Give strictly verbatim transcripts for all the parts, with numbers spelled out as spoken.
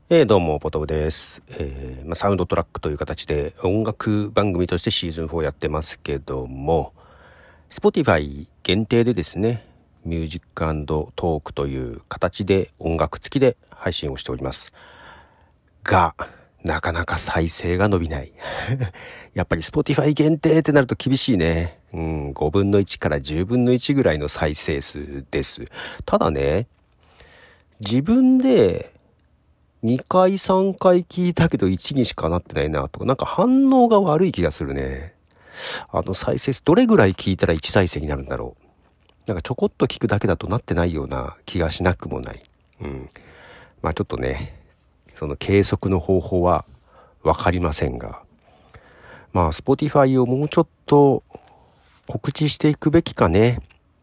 えー、どうもポトフです、えーまあ、サウンドトラックという形で音楽番組としてシーズンフォーやってますけども、 Spotify 限定でですね、ミュージック&トークという形で音楽付きで配信をしておりますが、なかなか再生が伸びないやっぱり Spotify 限定ってなると厳しいね。うん、ごぶんのいちからじゅうぶんのいちぐらいの再生数です。ただね、自分でにかいさんかい聞いたけどいちにしかなってないなとか、なんか反応が悪い気がするね。あの再生数どれぐらい聞いたらいち再生になるんだろう。なんかちょこっと聞くだけだとなってないような気がしなくもない。うん。まあちょっとね、その計測の方法はわかりませんが、まあ Spotify をもうちょっと告知していくべきかね。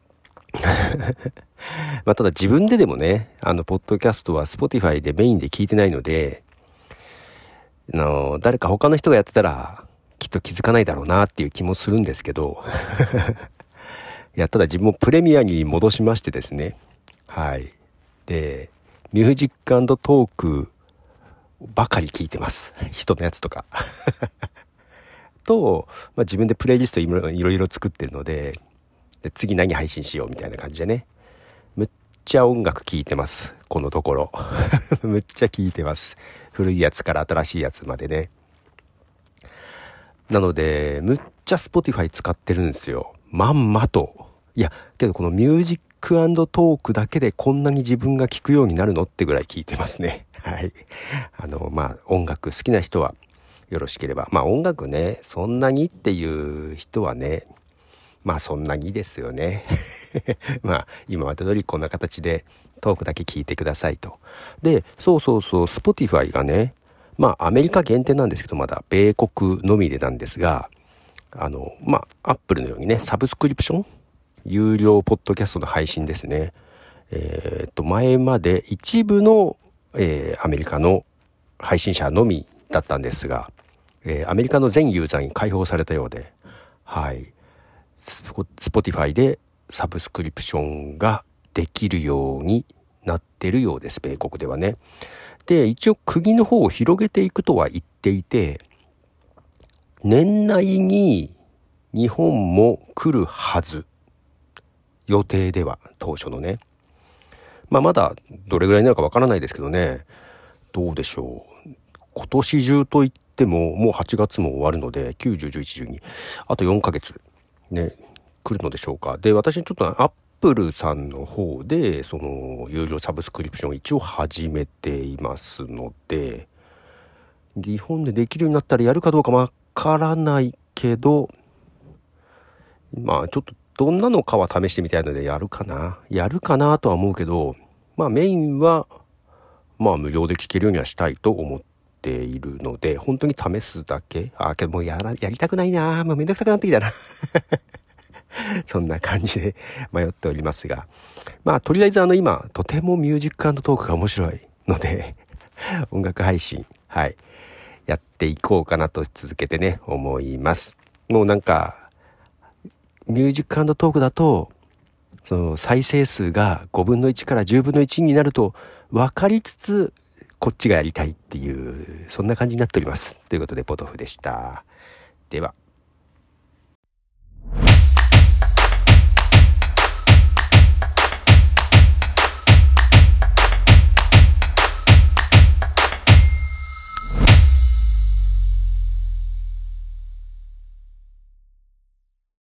まあただ自分ででもね、あのポッドキャストは Spotify でメインで聞いてないので、あの誰か他の人がやってたらきっと気づかないだろうなっていう気もするんですけどいや、ただ自分もプレミアに戻しましてですね、はいでミュージック&トークばかり聞いてます。人のやつとかと、まあ、自分でプレイリストいろいろ作ってるので、で次何配信しようみたいな感じでね、むっちゃ音楽聴いてます、このところむっちゃ聴いてます。古いやつから新しいやつまでね。なのでむっちゃ Spotify 使ってるんですよ、まんまと。いやけどこのミュージック&トークだけでこんなに自分が聴くようになるのってぐらい聴いてますね。はいあのまあ音楽好きな人はよろしければ、まあ音楽ねそんなにっていう人はね、まあそんなにですよねまあ今まで通りこんな形でトークだけ聞いてくださいと。でそうそうそう、 Spotify がね、まあアメリカ限定なんですけど、まだ米国のみでなんですが、あのまあアップルのようにね、サブスクリプション、有料ポッドキャストの配信ですね。えー、っと前まで一部の、えー、アメリカの配信者のみだったんですが、えー、アメリカの全ユーザーに開放されたようで、はいSpotify でサブスクリプションができるようになってるようです、米国ではね。で一応国の方を広げていくとは言っていて、年内に日本も来るはず、予定では、当初のね。まあまだどれぐらいになるかわからないですけどね、どうでしょう。今年中といってももうはちがつも終わるので、きゅう、じゅう、じゅういち、じゅうに、あとよんかげつね来るのでしょうか。で私ちょっとアップルさんの方でその有料サブスクリプションを一応始めていますので、日本でできるようになったらやるかどうかわからないけど、まあちょっとどんなのかは試してみたいのでやるかなやるかなとは思うけど、まあメインはまあ無料で聞けるようにはしたいと思っているので、本当に試すだけ。あけどもうやらやりたくないな、もうめんどくさくなってきたなそんな感じで迷っておりますが、まあとりあえずあの今とてもミュージック&トークが面白いので音楽配信、はいやっていこうかなと続けてね思います。もうなんかミュージック&トークだとその再生数がごぶんのいちからじゅうぶんのいちになると分かりつつ、こっちがやりたいっていうそんな感じになっております。ということでポトフでした。では。